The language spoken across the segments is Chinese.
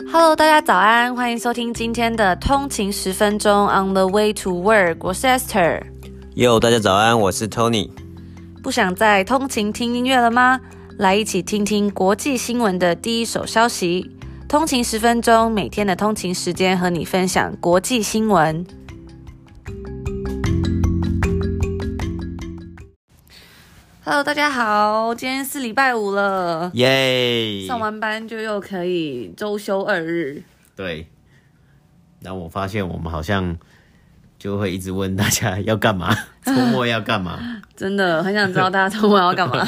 Hello， 大家早安，欢迎收听今天的通勤10分钟 On the way to work， 我是 Esther。 大家早安，我是 Tony。 不想再通勤听音乐了吗？来一起听听国际新闻的第一手消息。通勤10分钟，每天的通勤时间和你分享国际新闻。Hello， 大家好，今天是礼拜五了， 耶！ 上完班就又可以周休2日。 对，然后我发现我们好像就会一直问大家要干嘛，周末要干嘛？ 真的很想知道大家周末要干嘛。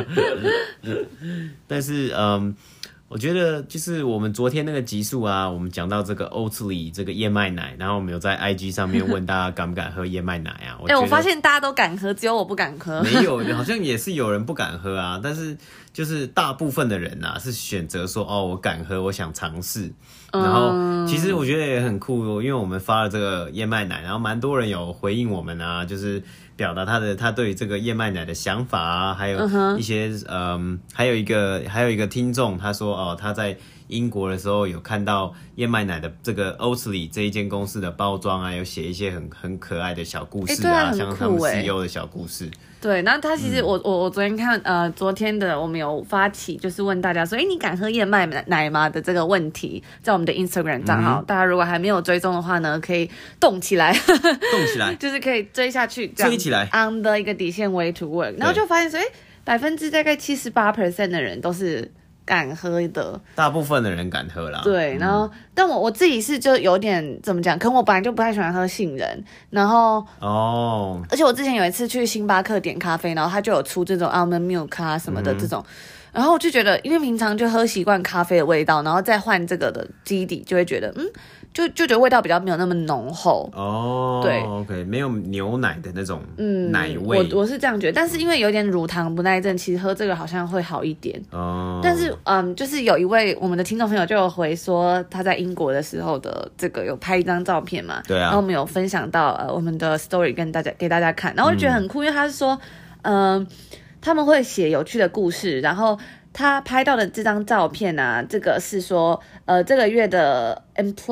但是我觉得就是我们昨天那个集数啊，我们讲到这个Oatly这个燕麦奶，然后我们有在 IG 上面问大家敢不敢喝燕麦奶啊？ 我发现大家都敢喝，只有我不敢喝。 没有，好像也是有人不敢喝啊，但是就是大部分的人啊是选择说我敢喝，我想尝试。然后其实我觉得也很酷哦，因为我们发了这个燕麦奶，然后蛮多人有回应我们啊，就是表达他对于这个燕麦奶的想法啊，还有一些还有一个听众他说他在英国的时候有看到燕麦奶的这个 Oatly 这一间公司的包装啊，有写一些很可爱的小故事啊，像他们 CEO 的小故事。对， 然后他其实我昨天看昨天的我们有发起就是问大家说，你敢喝燕麦奶吗的这个问题，在我们的 Instagram 账号，大家如果还没有追踪的话呢，可以动起来，就是可以追下去， 追起来 on 的一个底线 way to work， 然后就发现说大概78% 的人都是敢喝的， 大部分的人敢喝啦。 对，然后但我自己是就有点怎么讲，可能我本来就不太喜欢喝杏仁，然后而且我之前有一次去星巴克点咖啡，然后他就有出这种 almond milk 啊什么的这种，然后我就觉得，因为平常就喝习惯咖啡的味道，然后再换这个的基底，就会觉得就觉得味道比较没有那么浓厚。对 ，OK， 没有牛奶的那种奶味。 我是这样觉得，但是因为有点乳糖不耐症，其实喝这个好像会好一点。但是就是有一位我们的听众朋友就有回说，他在英国的时候的这个有拍一张照片嘛， 对啊， 然后我们有分享到我们的 story 给大家看，然后我就觉得很酷，因为他是说他们会写有趣的故事，然后他拍到的这张照片啊，这个是说这个月的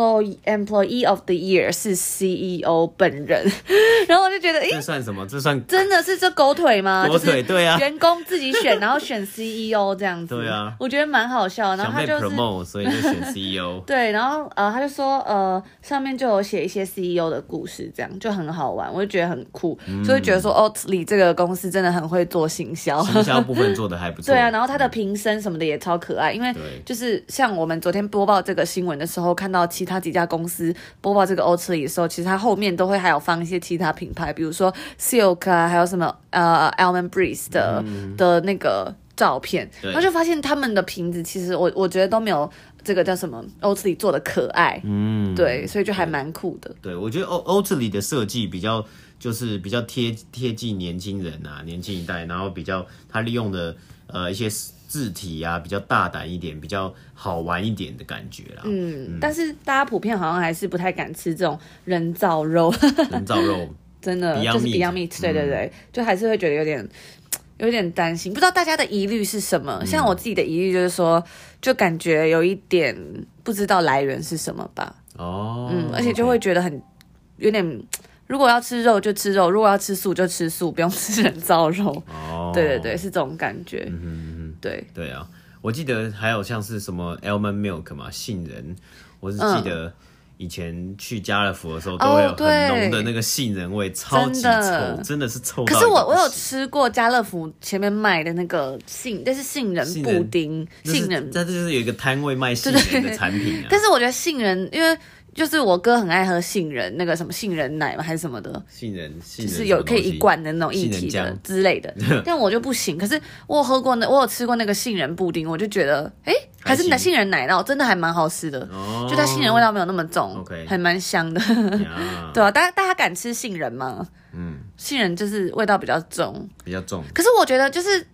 Employee of the Year 是 CEO 本人，然后我就觉得这算什么？这算真的是这狗腿吗？ 狗腿，对啊， 员工自己选，然后选 CEO 这样子， 对啊， 我觉得蛮好笑。然后他就是想被 promote， 所以就选 CEO 对，然后他就说上面就有写一些 CEO 的故事，这样就很好玩，我就觉得很酷，所以觉得说Oatly 这个公司真的很会做行销部分做的还不错。 对啊，然后他的评审什么的也超可爱，因为就是像我们昨天播报这个新闻的时候，看到其他几家公司播报这个 Oatly 的时候，其实它后面都会还有放一些其他品牌，比如说 Silk 啊，还有什么Almond Breeze 的那个照片，然后就发现他们的瓶子其实我觉得都没有这个叫什么 Oatly 做的可爱，对，所以就还蛮酷的。 对，我觉得Oatly的设计比较贴近年轻人啊，年轻一代，然后比较他利用的一些字体啊比较大胆一点，比较好玩一点的感觉啦。 但是大家普遍好像还是不太敢吃这种人造肉，真的就是 Beyond Meat， 对，就还是会觉得有点担心，不知道大家的疑虑是什么。像我自己的疑虑就是说，就感觉有一点不知道来源是什么吧。而且就会觉得有点。如果要吃肉就吃肉，如果要吃素就吃素，不用吃人造肉。对，是这种感觉。 对啊，我记得还有像是什么 almond milk 嘛，杏仁，我是记得以前去家乐福的时候都会有很浓的那个杏仁味，超级臭，真的是臭到。 可是我有吃过家乐福前面卖的那个但是杏仁布丁，杏仁， 这就是有一个摊位卖杏仁的产品啊。 但是我觉得杏仁，因为就是我哥很爱喝杏仁那个什么杏仁奶嘛还是什么的， 杏仁就是有可以一罐的那种液体的之类的，但我就不行。可是我有吃过那个杏仁布丁，我就觉得还是杏仁奶酪真的还蛮好吃的，就它杏仁味道没有那么重，还蛮香的。对啊，大家敢吃杏仁吗？杏仁就是味道比较重， 可是我觉得就是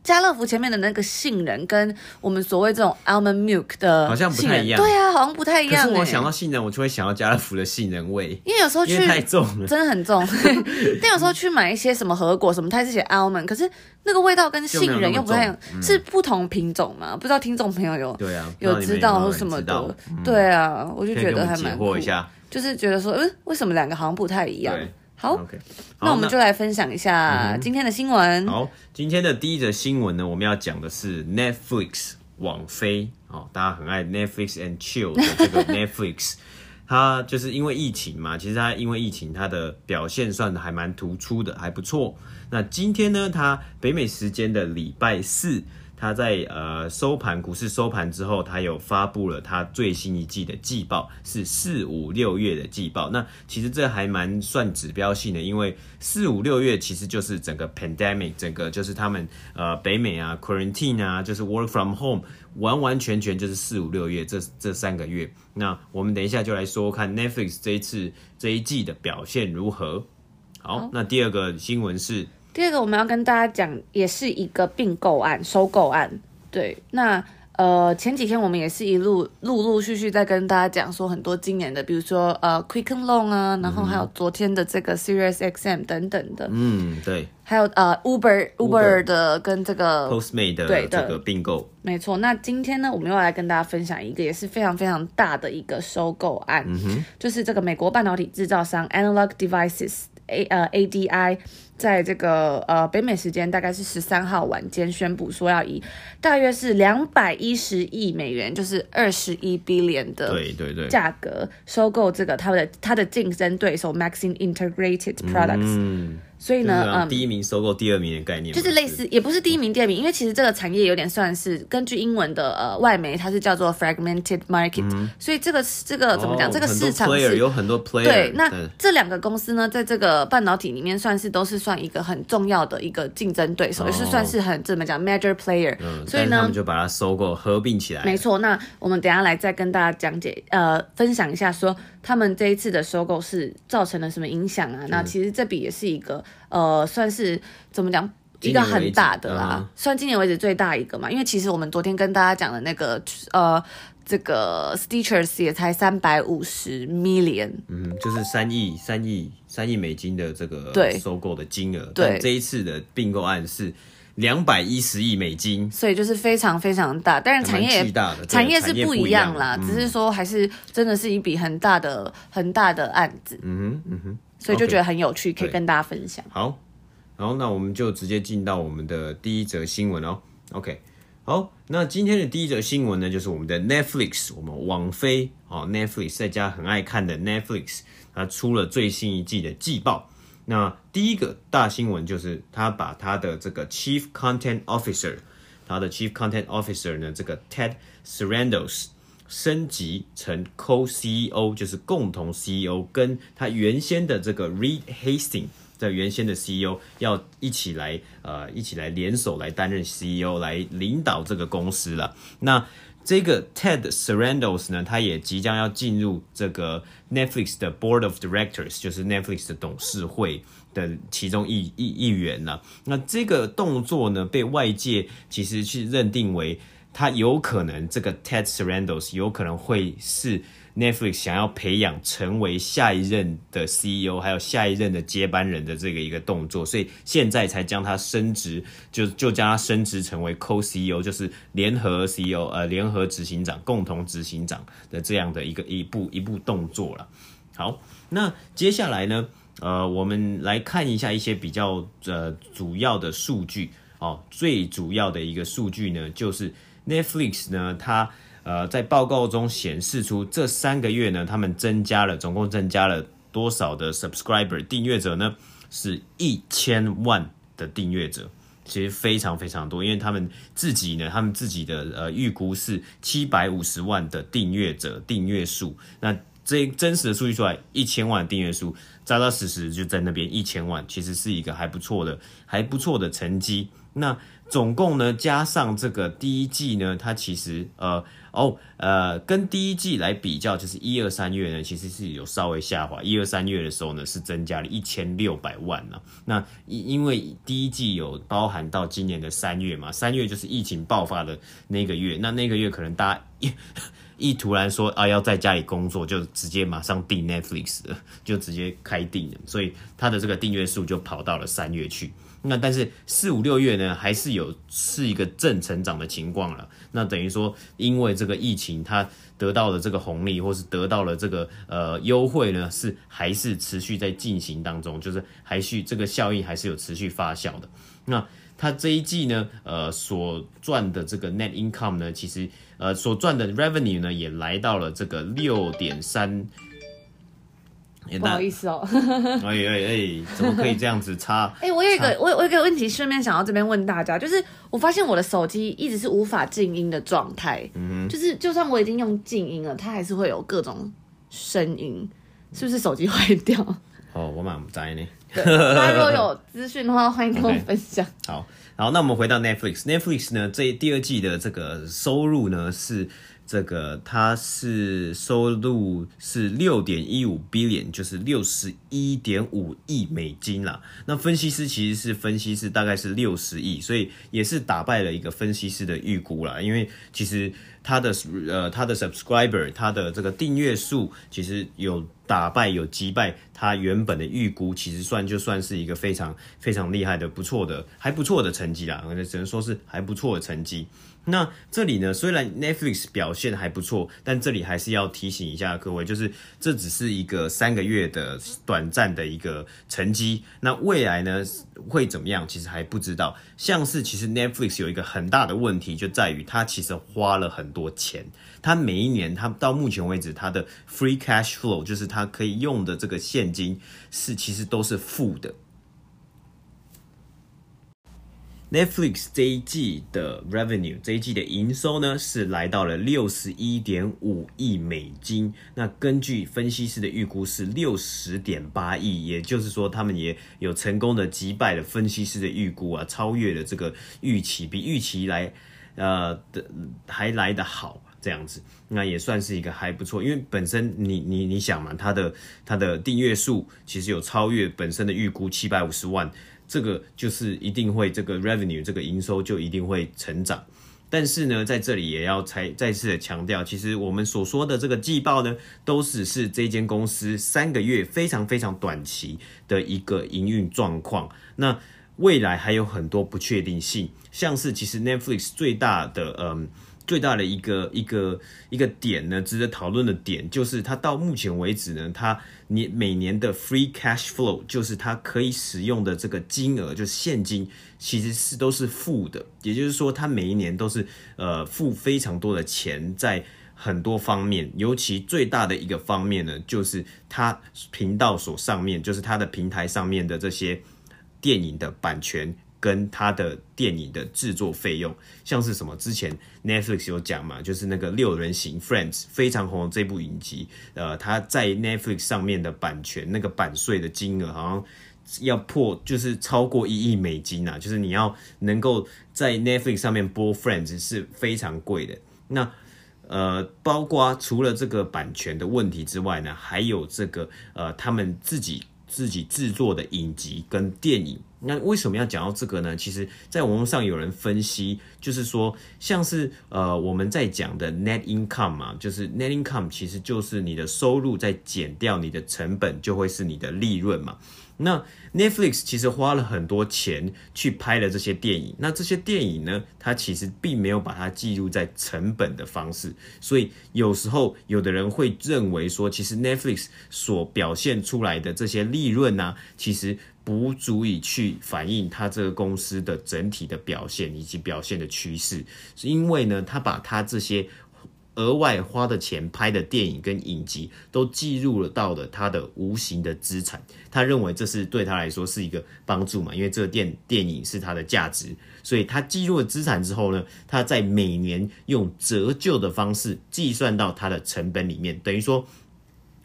家乐福前面的那个杏仁跟我们所谓这种 almond milk 的好像不太一样， 对啊，好像不太一样。 可是我想到杏仁，我就会想到家乐福的杏仁味， 因为有时候去太重了， 真的很重。但有时候去买一些什么核果什么，它是写 almond， 可是那个味道跟杏仁又不太一样，是不同品种吗？不知道听众朋友有知道或什么的？对啊，我就觉得还蛮酷，就是觉得说，为什么两个好像不太一样？好， okay. 那我们就来分享一下今天的新闻。 好，今天的第一则新闻呢，我们要讲的是 Netflix 网飞，大家很爱 Netflix and chill 的这个 Netflix， 它就是因为疫情嘛，其实它因为疫情，它的表现算还蛮突出的，还不错。那今天呢，它北美时间的礼拜4。他在股市收盘之后，他有发布了他最新一季的季报，是4、5、6月的季报。那其实这还蛮算指标性的，因为4、5、6月其实就是整个 pandemic， 整个就是他们北美啊 quarantine 啊，就是 work from home， 完完全全就是4、5、6月这3个月。那我们等一下就来说看 Netflix 这一季的表现如何。好，那第二个新闻是。 第二个我们要跟大家讲，也是一个并购案、收购案。对，那前几天我们也是陆续在跟大家讲说很多今年的，比如说Quicken Loan 啊，然后还有昨天的这个 SiriusXM 等等的。 对。 还有Uber 的跟这个 Postmate 的这个并购。 没错，那今天呢，我们又来跟大家分享一个也是非常非常大的一个收购案，就是这个美国半导体制造商 Analog Devices。ADI 在这个北美时间大概是13号晚间宣布说要以大约是210亿美元，就是21 billion 的价格收购这个它的竞争对手 Maxim Integrated Products。所以呢， 第一名收购第二名的概念， 就是类似，也不是第一名第二名，因为其实这个产业有点算是根据英文的外媒，它是叫做 fragmented market，所以这个怎么讲？这个市场是有很多 player。 对，那这两个公司呢，在这个半导体里面都是算一个很重要的一个竞争对手，也是算是很怎么讲 major player。所以呢， 他们就把它收购合并起来。 没错，那我们等一下来再跟大家讲解，分享一下说他们这一次的收购是造成了什么影响啊？那其实这笔也是一个算是怎么讲一个很大的啦，算今年为止最大一个嘛。因为其实我们昨天跟大家讲的那个这个 Stitchers 也才350 million， 就是3亿美金的这个收购的金额。 对， 但这一次的并购案是210亿美金， 所以就是非常非常大。当然产业是不一样啦，只是说还是真的是一笔很大的案子。所以就觉得很有趣，可以跟大家分享。 好，然后那我们就直接进到我们的第一则新闻哦。OK， 好，那今天的第一则新闻呢，就是我们的 Netflix， 我们网飞Netflix 在家很爱看的 Netflix， 它出了最新一季的季报。那第一个大新闻就是他把他的这个 Chief Content Officer， 他的 Chief Content Officer 呢，这个 Ted Sarandos。升级成 Co-CEO， 就是共同 CEO， 跟他原先的这个 Reed Hastings 的原先的 CEO 要一起来联手来担任 CEO， 来领导这个公司了。那这个 Ted Sarandos 呢，他也即将要进入这个 Netflix 的 Board of Directors， 就是 Netflix 的董事会的其中一员啦。那这个动作呢，被外界其实去认定为他有可能，这个 Ted Sarandos 有可能会是 Netflix 想要培养成为下一任的 CEO， 还有下一任的接班人的这个一个动作，所以现在才将他升职，就将他升职成为 Co-CEO， 就是联合 CEO， 联合执行长、共同执行长的这样的一步动作了。好，那接下来呢，我们来看一下一些比较主要的数据最主要的一个数据呢，就是 Netflix 呢，它在报告中显示出这3个月呢，他们总共增加了多少的 subscriber 订阅者呢？是1000万的订阅者，其实非常非常多，因为他们自己的预估是750万的订阅数，那这真实的数据出来，1000万的订阅数，扎扎实实就在那边1000万，其实是一个还不错的成绩。那总共呢加上这个第一季呢，它其实跟第一季来比较，就是1、2、3月呢，其实是有稍微下滑。1、2、3月的时候呢，是增加了1600万啊。那因为第一季有包含到今年的3月嘛，3月就是疫情爆发的那个月，那个月可能大家一突然说要在家里工作，就直接马上订 Netflix 了，就直接开订了，所以它的这个订阅数就跑到了3月去。那但是4、5、6月呢，还是一个正成长的情况了。那等于说，因为这个疫情，它得到了这个红利，或是得到了这个优惠呢，还是持续在进行当中，就是这个效应还是有持续发酵的。那它这一季呢，所赚的这个 net income 呢，其实所赚的 revenue 呢，也来到了这个6.3。 不好意思哦， 怎么可以这样子差？ 我有一个问题，顺便想要这边问大家，就是我发现我的手机一直是无法静音的状态，就是就算我已经用静音了，它还是会有各种声音，是不是手机坏掉？ 我蛮不知道呢。 大家如果有资讯的话，欢迎跟我分享。 好，那我们回到 Netflix 呢，第二季的这个收入呢是。它是收入是 6.15 billion， 就是61.5亿美金啦。那分析师其实是分析是大概是60亿，所以也是打败了一个分析师的预估啦。因为其实他的 subscriber， 他的这个订阅数其实有有击败他原本的预估，其实就算是一个非常非常厉害的还不错的成绩啦，只能说是还不错的成绩。那这里呢，虽然 Netflix 表现还不错，但这里还是要提醒一下各位，就是这只是一个3个月的短暂的一个成绩，那未来呢会怎么样，其实还不知道。像是其实 Netflix 有一个很大的问题，就在于它其实花了很多钱，它每一年它到目前为止它的 free cash flow， 就是它可以用的这个现金其实都是负的。Netflix 这一季的 revenue， 这一季的营收呢是来到了 61.5 亿美金，那根据分析师的预估是 60.8 亿，也就是说他们也有成功的击败了分析师的预估啊，超越了这个预期，比预期还来得好。这样子，那也算是一个还不错，因为本身你想嘛，它的订阅数其实有超越本身的预估750万，这个就是一定会这个 revenue 这个营收就一定会成长。但是呢，在这里也要再次的强调，其实我们所说的这个季报呢，都只是这间公司3个月非常非常短期的一个营运状况。那未来还有很多不确定性，像是其实 Netflix 最大的一个点呢，值得讨论的点就是它到目前为止呢，它每年的 free cash flow， 就是它可以使用的这个金额，就是现金，其实都是负的，也就是说它每一年都是付非常多的钱在很多方面，尤其最大的一个方面呢，就是它频道上面，就是它的平台上面的这些电影的版权跟它的电影的制作费用，像是什么之前 Netflix 有讲嘛，就是那个6人行 Friends 非常红的这部影集，它在 Netflix 上面的版权那个版税的金额好像要就是超过1亿美金啊，就是你要能够在 Netflix 上面播 Friends 是非常贵的。那包括除了这个版权的问题之外呢，还有这个他们自己制作的影集跟电影。那为什么要讲到这个呢？其实在网络上有人分析，就是说像是我们在讲的 net income 嘛，就是 net income 其实就是你的收入再减掉你的成本，就会是你的利润嘛。那 Netflix 其实花了很多钱去拍了这些电影，那这些电影呢，它其实并没有把它计入在成本的方式，所以有时候有的人会认为说，其实 Netflix 所表现出来的这些利润啊，其实不足以去反映它这个公司的整体的表现以及表现的趋势，因为呢，它把它这些额外花的钱拍的电影跟影集都计入了到了他的无形的资产，他认为这是对他来说是一个帮助嘛，因为这个电影是他的价值，所以他计入了资产之后呢，他在每年用折旧的方式计算到他的成本里面，等于说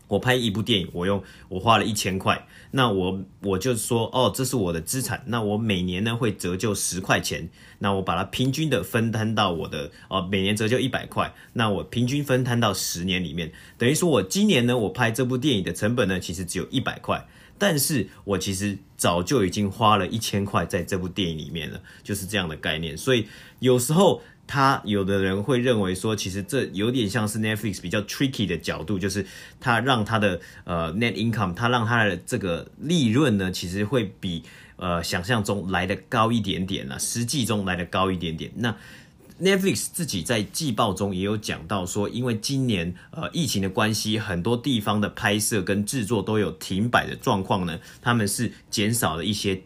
我拍一部电影，我花了1000块，那我就说哦，这是我的资产，那我每年呢会折旧10块钱，那我把它平均的分摊到我的每年折旧100块，那我平均分摊到10年里面，等于说我今年呢我拍这部电影的成本呢其实只有100块，但是我其实早就已经花了1000块在这部电影里面了，就是这样的概念。所以有时候有的人会认为说，其实这有点像是 Netflix 比较 tricky 的角度，就是他让他的net income， 他让他的这个利润呢，其实会比想象中来的高一点点啦，实际中来的高一点点。那Netflix 自己在季报中也有讲到说，因为今年疫情的关系，很多地方的拍摄跟制作都有停摆的状况呢，他们是减少了一些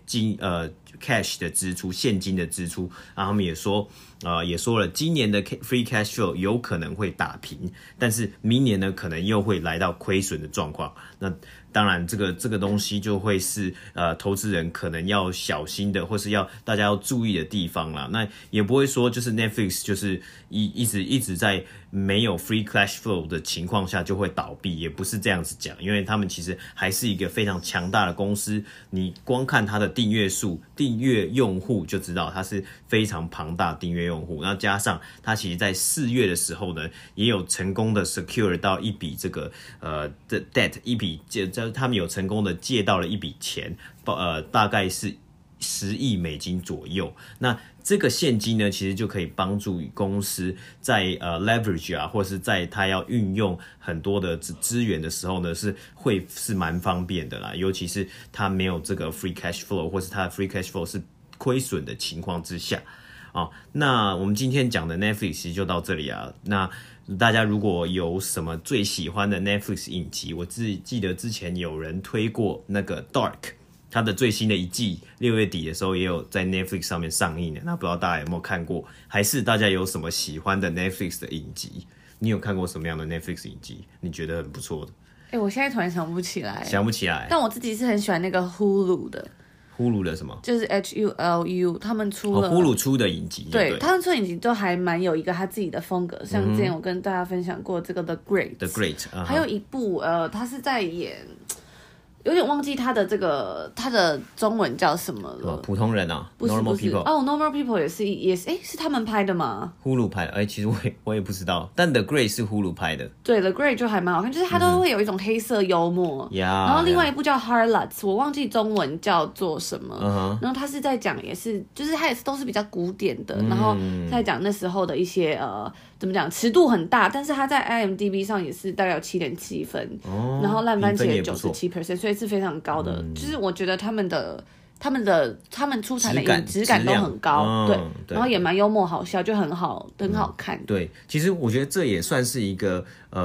cash 的支出，现金的支出，然后他们也说了，今年的 free cash flow 有可能会打平，但是明年呢，可能又会来到亏损的状况。那当然，这个东西就会是投资人可能要小心的，或是大家要注意的地方啦。那也不会说就是 Netflix 就是一直在没有 free cash flow 的情况下就会倒闭，也不是这样子讲，因为他们其实还是一个非常强大的公司。你光看它的订阅数、订阅用户就知道它是非常庞大的订阅用户。那加上它其实在4月的时候呢，也有成功的 secure 到一笔这个的 debt， 一笔他们有成功的借到了一笔钱，大概是10亿美金左右。那这个现金呢，其实就可以帮助公司在leverage 啊，或是在它要运用很多的资源的时候呢，是蛮方便的啦。尤其是它没有这个 free cash flow， 或是它的 free cash flow 是亏损的情况之下。那我们今天讲的 Netflix 其实就到这里啊。那大家如果有什么最喜欢的 Netflix 影集，我记得之前有人推过那个 Dark， 它的最新的一季6月底的时候也有在 Netflix 上面上映的。那不知道大家有没有看过，还是大家有什么喜欢的 Netflix 的影集？你有看过什么样的 Netflix 影集你觉得很不错的？ 我现在突然想不起来，但我自己是很喜欢那个 Hulu 的。 Hulu 的什么？ 就是 HULU， 他们出了 Hulu 出的影集， 对，他们出的影集都还蛮有一个他自己的风格。像之前我跟大家分享过这个 The Great， 还有一部他是在演。有点忘记他的中文叫什么了。 普通人啊， 不是 Normal People。 Normal People 也是是他们拍的吗 ？Hulu 拍的，其实我也不知道，但 The Great 是 Hulu 拍的。 对 ，The Great 就还蛮好看，就是他都会有一种黑色幽默。然后另外一部叫 Harlots， 我忘记中文叫做什么。然后他是在讲，就是他也是都是比较古典的，然后在讲那时候的一些怎么讲，尺度很大，但是他在 IMDB 上也是大概有7.7分，然后烂番茄97%，所以是非常高的。就是我觉得他们出产的质感都很高，对，然后也蛮幽默好笑，就很好看。 对，其实我觉得这也算是一个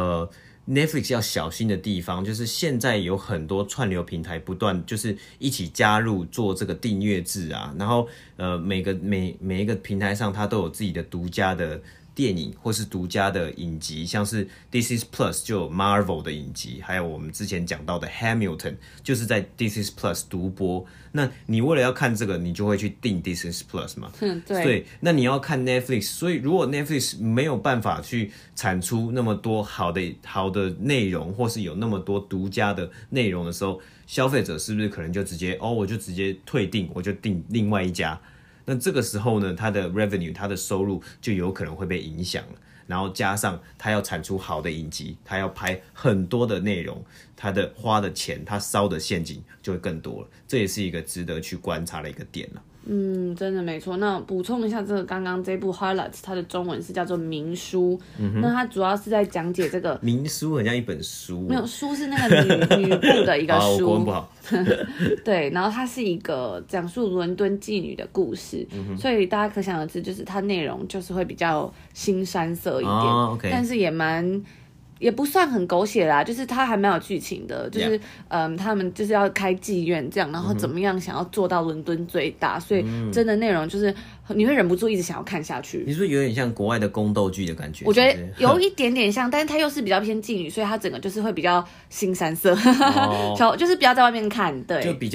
Netflix 要小心的地方，就是现在有很多串流平台不断就是一起加入做这个订阅制啊，然后每一个平台上它都有自己的独家的电影或是独家的影集，像是 Disney Plus 就有 Marvel 的影集，还有我们之前讲到的 Hamilton 就是在 Disney Plus 独播。那你为了要看这个，你就会去订 Disney Plus 嘛？对。那你要看 Netflix， 所以如果 Netflix 没有办法去产出那么多好的内容，或是有那么多独家的内容的时候，消费者是不是可能就直接我就直接退订，我就订另外一家？那这个时候呢，它的 revenue， 它的收入就有可能会被影响了。然后加上它要产出好的影集，它要拍很多的内容，它的花的钱，它烧的现金就会更多了。这也是一个值得去观察的一个点了。 真的没错。那补充一下，刚刚这部 Harlots 它的中文是叫做民书。那它主要是在讲解这个民书，很像一本书。 没有，书是那个女部的一个书。 我国文不好。 对，然后它是一个讲述伦敦妓女的故事，所以大家可想而知，就是它内容就是会比较腥膻色一点， okay。 但是也不算很狗血啦，就是它还蛮有剧情的，就是他们就是要开妓院这样，然后怎么样想要做到伦敦最大，所以真的内容就是你会忍不住一直想要看下去。 你说有点像国外的宫斗剧的感觉？ 我觉得有一点点像，但是它又是比较偏妓女，所以它整个就是会比较腥膻色，就是不要在外面看，对， 就比较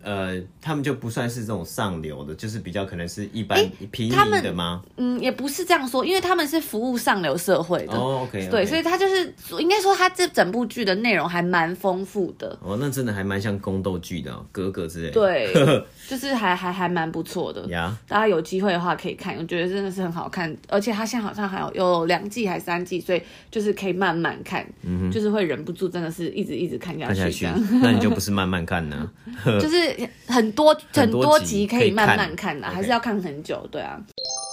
他们就不算是这种上流的，就是比较可能是一般平民的吗？ 也不是这样说，因为他们是服务上流社会的。 OK， 对，所以他就是应该说，他这整部剧的内容还蛮丰富的。 那真的还蛮像宫斗剧的，格格之类的。 对，就是还蛮不错的。大家有机会的话可以看，我觉得真的是很好看，而且他现在好像还有2季还3季，所以就是可以慢慢看，就是会忍不住真的是一直看下去。 那你就不是慢慢看呢？ 就是很多集可以慢慢看的，还是要看很久。对啊。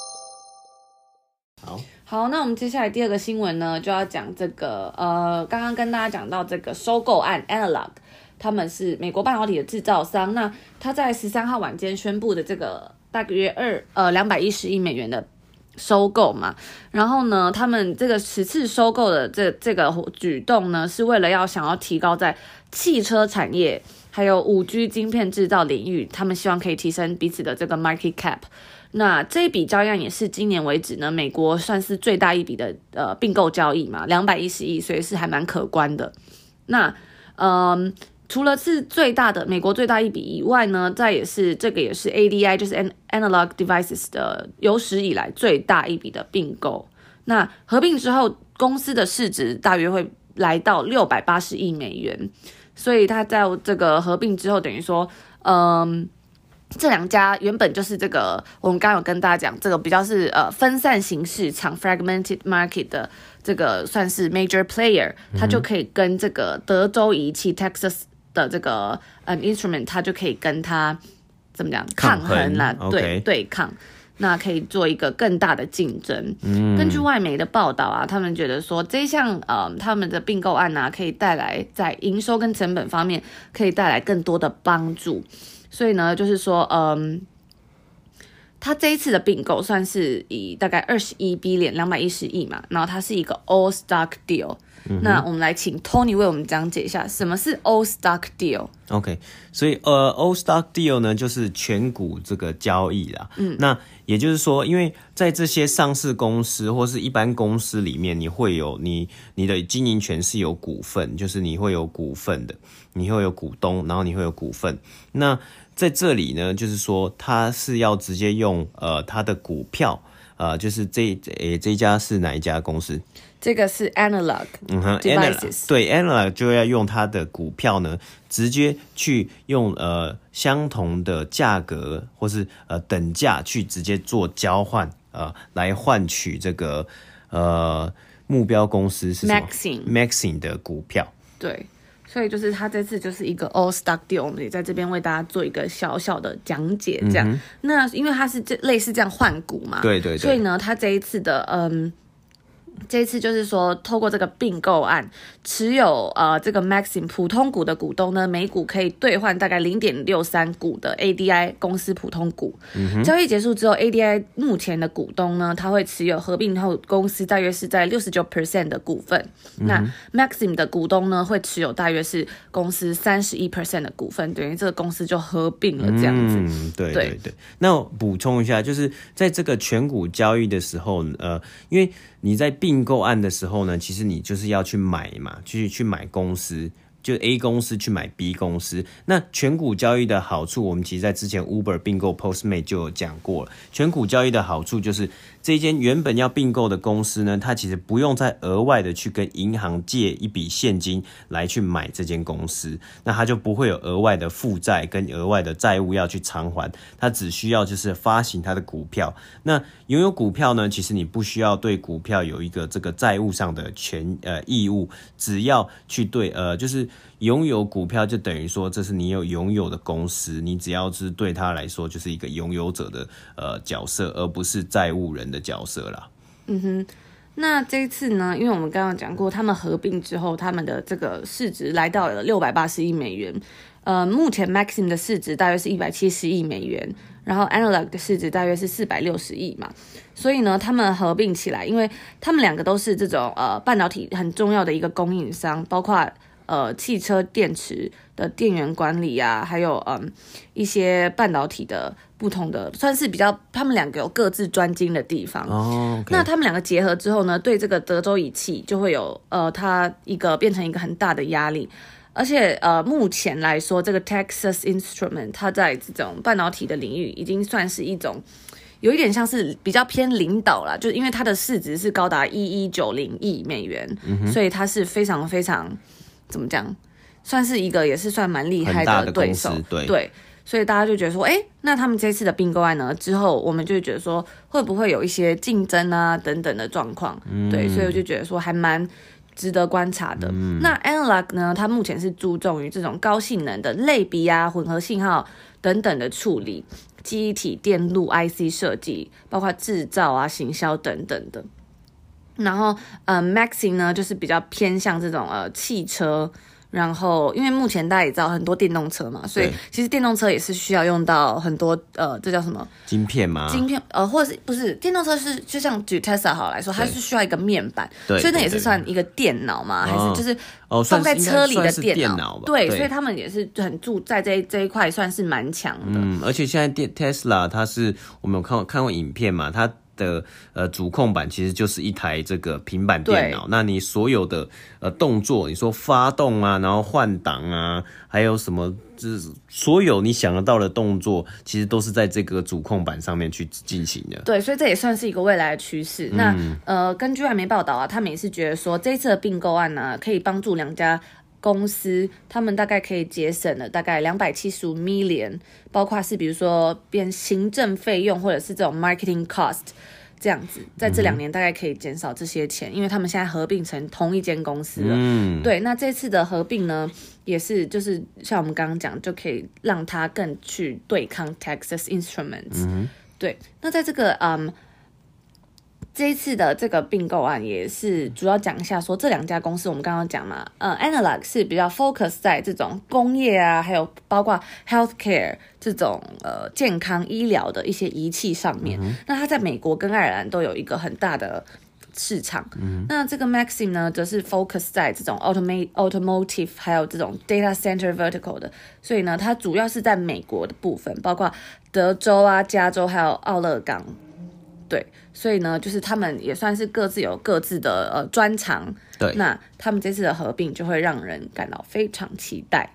好，那我们接下来第2个新闻呢，就要讲这个刚刚跟大家讲到这个收购案 Analog， 他们是美国半导体的制造商。那他在13号晚间宣布的这个大约210亿美元的收购嘛，然后呢，他们这个10次收购的这个举动呢，是为了想要提高在汽车产业还有5G 晶片制造领域，他们希望可以提升彼此的这个 market cap。那这一笔交易案也是今年为止呢，美国算是最大一笔的并购交易嘛，210亿，所以是还蛮可观的。那除了是美国最大一笔以外呢，这个也是 ADI 就是 Analog Devices 的有史以来最大一笔的并购。那合并之后，公司的市值大约会来到680亿美元，所以它在这个合并之后，等于说这2家原本就是这个我们刚刚有跟大家讲，这个比较是分散型市场 fragmented market 的这个算是 major player， 它就可以跟这个德州仪器 Texas 的这个instrument， 它就可以跟它怎么讲抗衡啦，对抗，那可以做一个更大的竞争。根据外媒的报道啊，他们觉得说这一项他们的并购案啊，可以带来在营收跟成本方面可以带来更多的帮助。所以呢，就是说，他这一次的并购算是以大概21 billion 210亿嘛，然后它是一个 all stock deal。那我们来请 Tony 为我们讲解一下什么是 all stock deal。OK， 所以all stock deal 呢，就是全股这个交易啦。那也就是说，因为在这些上市公司或是一般公司里面，你会有你的经营权是有股份，就是你会有股份的，你会有股东，然后你会有股份。那在这里呢，就是说他是要直接用他的股票，就是这一家是哪一家公司？ 这个是 Analog Devices， 对 Analog 就要用他的股票呢，直接去用相同的价格或是等价去直接做交换，来换取这个目标公司是什么 Maxim 的股票。 对。所以就是他这次就是一个 all stock deal， 我们也在这边为大家做一个小小的讲解，这样。那因为它是类似这样换股嘛， 对，所以呢，他这一次就是说，透过这个并购案，持有这个 Maxim 普通股的股东呢，每股可以兑换大概 0.63 股的 ADI 公司普通股。交易结束之后 ，ADI 目前的股东呢，他会持有合并后公司大约是在 69% 的股份。那 Maxim 的股东呢，会持有大约是公司 31% 的股份，等于这个公司就合并了这样子。 对。那我补充一下，就是在这个全股交易的时候，因为你在并购案的时候呢，其实你就是要去买嘛，去买公司，就 A 公司去买 B 公司。那全股交易的好处，我们其实在之前 Uber 并购 Postmate 就有讲过了。全股交易的好处就是，这间原本要并购的公司呢，它其实不用再额外的去跟银行借一笔现金来去买这间公司，那它就不会有额外的负债跟额外的债务要去偿还，它只需要就是发行它的股票。那拥有股票呢，其实你不需要对股票有一个这个债务上的义务，只要去对就是拥有股票就等于说这是你有拥有的公司，你只要是对它来说就是一个拥有者的角色，而不是债务人的角色啦。 那这一次呢，因为我们刚刚讲过，他们合并之后，他们的这个市值来到了680亿美元。目前 Maxim 的市值大约是170亿美元，然后 Analog 的市值大约是460亿嘛。所以呢，他们合并起来，因为他们两个都是这种半导体很重要的一个供应商，包括汽车电池的电源管理啊，还有一些半导体的不同的，算是比较他们两个有各自专精的地方。 Okay. 那他们两个结合之后呢，对这个德州仪器就会有它变成一个很大的压力。 而且目前来说，这个 Texas Instrument 它在这种半导体的领域已经算是一种有一点像是比较偏领导啦，就是因为它的市值是高达1190亿美元，所以它是非常非常怎么讲，算是一个也是算蛮厉害的对手，对。所以大家就觉得说，那他们这次的并购案呢，之后我们就觉得说，会不会有一些竞争啊等等的状况？对，所以我就觉得说，还蛮值得观察的。那 Analog 呢，它目前是注重于这种高性能的类比啊、混合信号等等的处理，记忆体、电路、IC 设计，包括制造啊、行销等等的。然后Maxim 呢，就是比较偏向这种汽车。然后，因为目前大家也知道很多电动车嘛，所以其实电动车也是需要用到很多这叫什么晶片吗？ 晶片或者是不是电动车是就像举 Tesla 好来说，它是需要一个面板，所以那也是算一个电脑嘛，还是就是放在车里的电脑吧？对，所以他们也是很注在这一块算是蛮强的。 而且现在Tesla 它是我们有看过影片嘛，它的主控板其实就是一台这个平板电脑，那你所有的动作，你说发动啊，然后换挡啊，还有什么，就是所有你想得到的动作，其实都是在这个主控板上面去进行的。 对，所以这也算是一个未来的趋势。那根据外媒报道啊，他们也是觉得说，这一次的并购案呢，可以帮助两家公司，他们大概可以节省了大概275 million， 包括是比如说变行政费用或者是这种 marketing cost 这样子，在这2年大概可以减少这些钱，因为他们现在合并成同一间公司了。对，那这次的合并呢，也是就是像我们刚刚讲，就可以让它更去对抗 Texas Instruments。对，那在这个这一次的这个并购案也是主要讲一下说，这2家公司我们刚刚讲嘛，Analog 是比较 focus 在这种工业啊，还有包括 healthcare 这种健康医疗的一些仪器上面。那它在美国跟爱尔兰都有一个很大的市场。那这个 Maxim 呢，则是 focus 在这种 automotive 还有这种 data center vertical 的，所以呢，它主要是在美国的部分，包括德州啊、加州还有奥勒冈。对，所以呢，就是他们也算是各自有各自的专长。 对， 那他们这次的合并就会让人感到非常期待。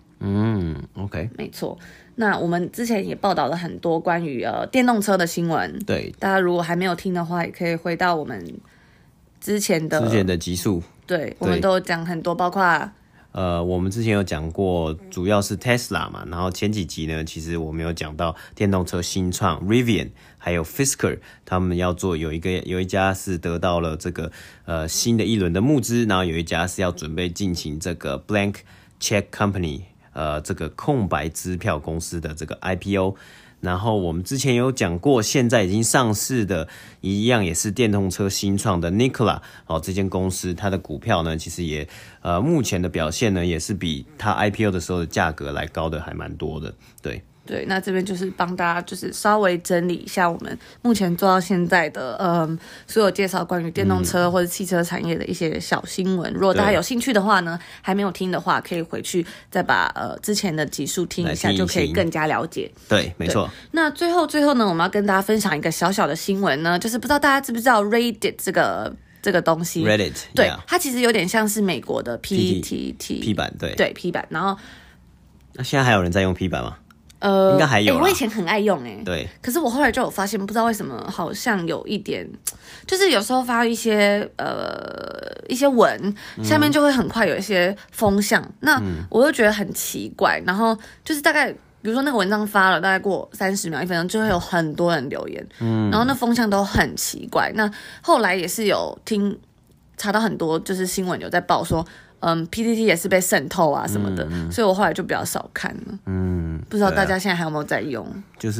OK， 没错。那我们之前也报道了很多关于电动车的新闻。 对， 大家如果还没有听的话，也可以回到我们之前的集数。 对，我们都有讲很多，包括我们之前有讲过，主要是 Tesla 嘛，然后前几集呢，其实我们有讲到电动车新创 Rivian 还有 Fisker， 他们要做有一家是得到了这个新的一轮的募资，然后有一家是要准备进行这个 Blank Check Company 这个空白支票公司的这个 IPO。然后我们之前有讲过，现在已经上市的一样也是电动车新创的 Nikola 这间公司它的股票呢，其实也目前的表现呢，也是比它 IPO 的时候的价格来高的还蛮多的。对， 那这边就是帮大家就是稍微整理一下我们目前做到现在的所有介绍关于电动车或者汽车产业的一些小新闻。如果大家有兴趣的话呢，还没有听的话，可以回去再把之前的集数听一下，就可以更加了解。 对，没错。 那最后呢，我们要跟大家分享一个小小的新闻呢，就是不知道大家知不知道 Reddit 这个东西。 Reddit 对，它其实有点像是美国的 P 版， 对 P 版。然后那现在还有人在用 P 版吗？应该还有我以前很爱用对， 可是我后来就有发现，不知道为什么好像有一点，就是有时候发一些文，下面就会很快有一些风向，那我就觉得很奇怪，然后就是大概比如说那个文章发了大概过30秒1分钟，就会有很多人留言，然后那风向都很奇怪。那后来也是有查到很多就是新闻有在报说PTT 也是被渗透啊什么的，所以我后来就比较少看了。不知道大家现在还有没有在用？ 就是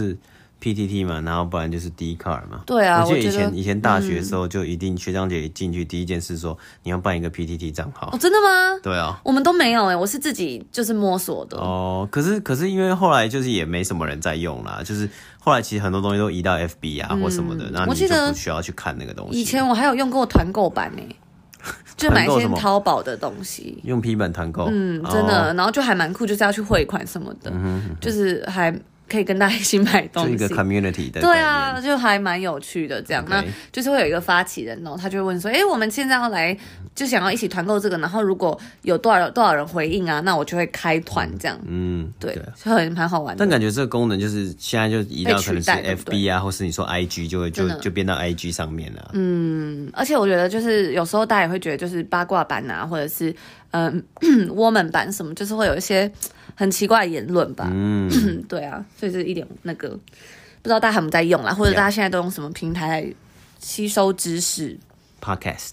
PTT 嘛，然后不然就是 Dcard 嘛。 对啊， 我记得以前大学的时候就一定学长姐进去第一件事说你要办一个 PTT 账号。 真的吗？ 对啊， 我们都没有我是自己就是摸索的。 可是因为后来就是也没什么人在用啦，就是后来其实很多东西都移到 FB 啊或什么的，然后你就不需要去看那个东西。 以前我还有用过团购版就买一些淘宝的东西， 用 P 版团购， 真的，然后就还蛮酷，就是要去汇款什么的，就是还可以跟大家一起买东西， 是一个 community 的。 对啊，就还蛮有趣的这样。那就是会有一个发起人他就会问说，我们现在要来，就想要一起团购这个，然后如果有多少人回应啊，那我就会开团这样。对，就蛮好玩的。 但感觉这个功能就是现在就移到可能是 FB 啊，或是你说 IG 就变到 IG 上面了。 而且我觉得就是有时候大家也会觉得就是八卦版啊，或者是woman 版什么，就是会有一些很奇怪的言论吧。对啊，所以是一点那个不知道大家有没有在用啦，或者大家现在都用什么平台来吸收知识 ？Podcast。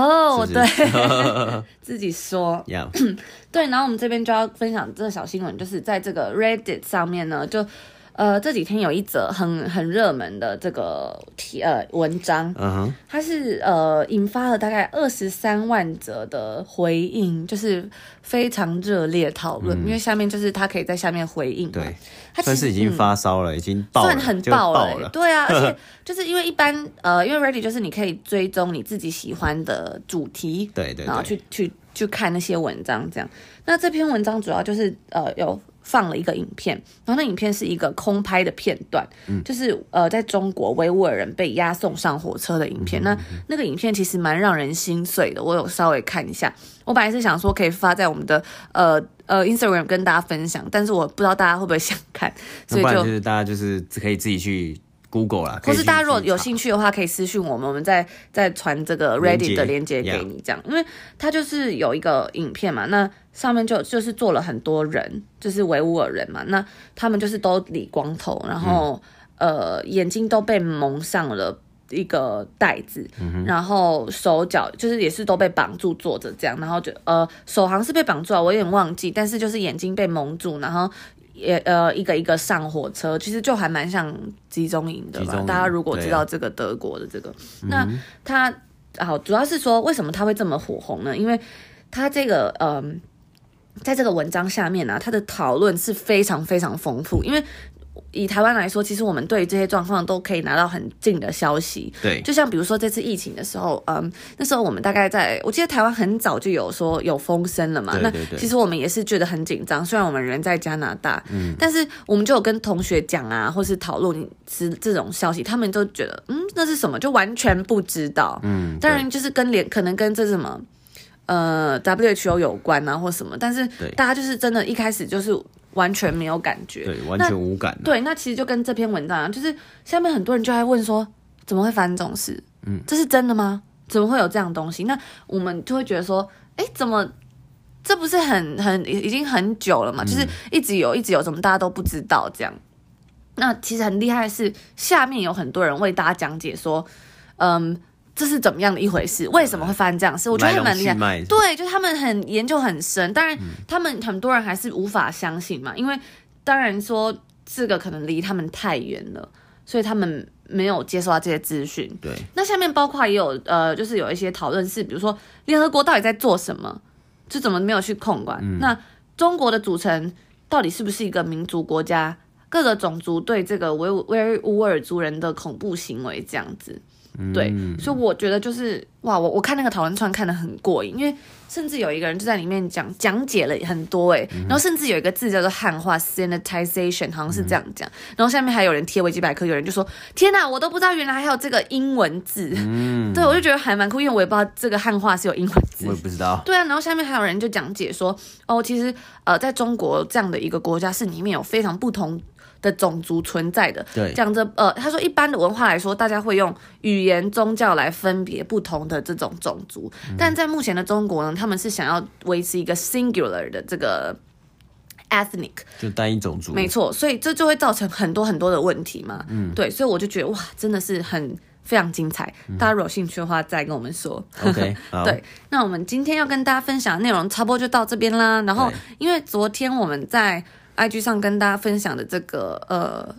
对，自己说。对，然后我们这边就要分享这个小新闻，就是在这个 Reddit 上面呢，就这几天有一则很热门的这个文章，它是引发了大概23万则的回应，就是非常热烈讨论，因为下面就是他可以在下面回应， 对，它算是已经发烧了，已经爆了， 算很爆了，对啊，而且就是因为一般因为 Reddit 就是你可以追踪你自己喜欢的主题， 对， 然后去看那些文章这样。那这篇文章主要就是有放了一个影片，然后那影片是一个空拍的片段，就是在中国维吾尔人被押送上火车的影片。那个影片其实蛮让人心碎的，我有稍微看一下。我本来是想说可以发在我们的Instagram 跟大家分享，但是我不知道大家会不会想看，所以就是大家就是可以自己去 Google 啦， 或是大家如果有兴趣的话，可以私讯我们，我们再传这个 Reddit 的链接给你，这样，因为它就是有一个影片嘛，那上面就是做了很多人，就是维吾尔人嘛，那他们就是都理光头，然后眼睛都被蒙上了一个带子，然后手脚就是也是都被绑住坐着这样，然后就手好像是被绑住了，我有点忘记，但是就是眼睛被蒙住，然后也一个一个上火车，其实就还蛮像集中营的吧。大家如果知道这个德国的这个，那他好，主要是说为什么他会这么火红呢？因为他这个在这个文章下面呢，他的讨论是非常非常丰富，因为以台湾来说，其实我们对于这些状况都可以拿到很近的消息。 对， 就像比如说这次疫情的时候，那时候我们大概我记得台湾很早就有说有风声了嘛。 对对对， 那其实我们也是觉得很紧张，虽然我们人在加拿大，但是我们就有跟同学讲啊，或是讨论这种消息，他们都觉得那是什么，就完全不知道。当然就是可能跟这什么WHO 有关啊或什么，但是大家就是真的一开始就是完全没有感觉， 对，完全无感。 对，那其实就跟这篇文章一样，就是下面很多人就在问说，怎么会发生这种事？这是真的吗？怎么会有这样的东西？那我们就会觉得说，怎么这不是已经很久了嘛？就是一直有，怎么大家都不知道这样？那其实很厉害的是，下面有很多人为大家讲解说，这是怎么样的一回事？为什么会发生这样的事？我觉得还蛮厉害。对，就是他们研究很深，当然他们很多人还是无法相信嘛，因为当然说这个可能离他们太远了，所以他们没有接受到这些资讯。 对， 那下面包括也有就是有一些讨论是，比如说联合国到底在做什么，就怎么没有去控管？那中国的组成到底是不是一个民族国家？各个种族对这个维吾尔族人的恐怖行为这样子。对，所以我觉得就是哇，我看那个讨论串看得很过瘾，因为甚至有一个人就在里面讲解了很多然后甚至有一个字叫做汉化 sanitization， 好像是这样讲，然后下面还有人贴维基百科，有人就说天哪，我都不知道原来还有这个英文字，对，我就觉得还蛮酷，因为我也不知道这个汉化是有英文字， 我也不知道， 对啊，然后下面还有人就讲解说其实在中国这样的一个国家是里面有非常不同的种族存在的， 对， 讲着他说一般的文化来说，大家会用语言、宗教来分别不同的这种种族，但在目前的中国呢，他们是想要维持一个 singular 的这个 ethnic， 就单一种族， 没错，所以这就会造成很多很多的问题嘛，对，所以我就觉得哇，真的是非常精彩，大家如果有兴趣的话再跟我们说。 OK， 对，那我们今天要跟大家分享的内容差不多就到这边啦。然后因为昨天我们在IG 上跟大家分享的这个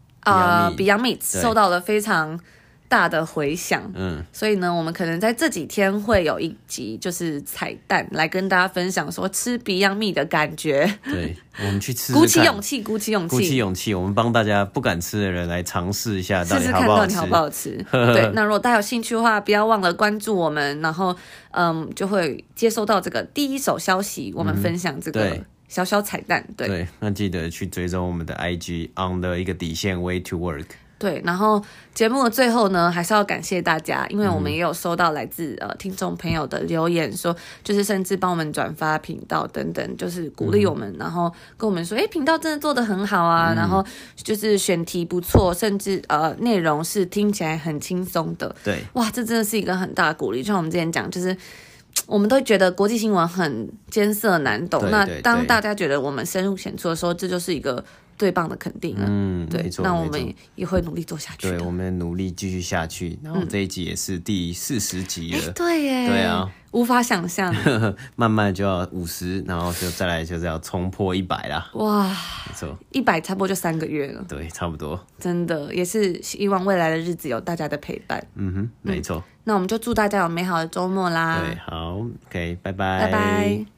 Beyond Meat 受到了非常大的回响，所以呢，我们可能在这几天会有一集就是彩蛋来跟大家分享说吃 Beyond Meat 的感觉。 对，我们去吃， 鼓起勇气， 我们帮大家不敢吃的人来尝试一下， 试试看到底好不好吃。对，那如果大家有兴趣的话，不要忘了关注我们，然后就会接收到这个第一手消息，我们分享这个小小彩蛋。 对，那记得去追踪我们的 IG on 的一个底线 way to work。 对，然后节目的最后呢，还是要感谢大家，因为我们也有收到来自听众朋友的留言说，就是甚至帮我们转发频道等等，就是鼓励我们，然后跟我们说，频道真的做得很好啊，然后就是选题不错，甚至内容是听起来很轻松的。 对， 哇，这真的是一个很大的鼓励。就像我们之前讲，就是我们都觉得国际新闻很艰涩难懂，那当大家觉得我们深入浅出的时候，这就是一个最棒的肯定了。对，那我们也会努力做下去的。 对，我们努力继续下去。然后这一集也是第40集了。 对耶。 对啊， 无法想象。 慢慢就要50，然后就再来就是要冲破100啦。 哇， 没错 ，100差不多就3个月了。 对，差不多。 真的也是希望未来的日子有大家的陪伴。 没错。 那我们就祝大家有美好的周末啦。 对，好 ，OK， 拜拜。 拜拜。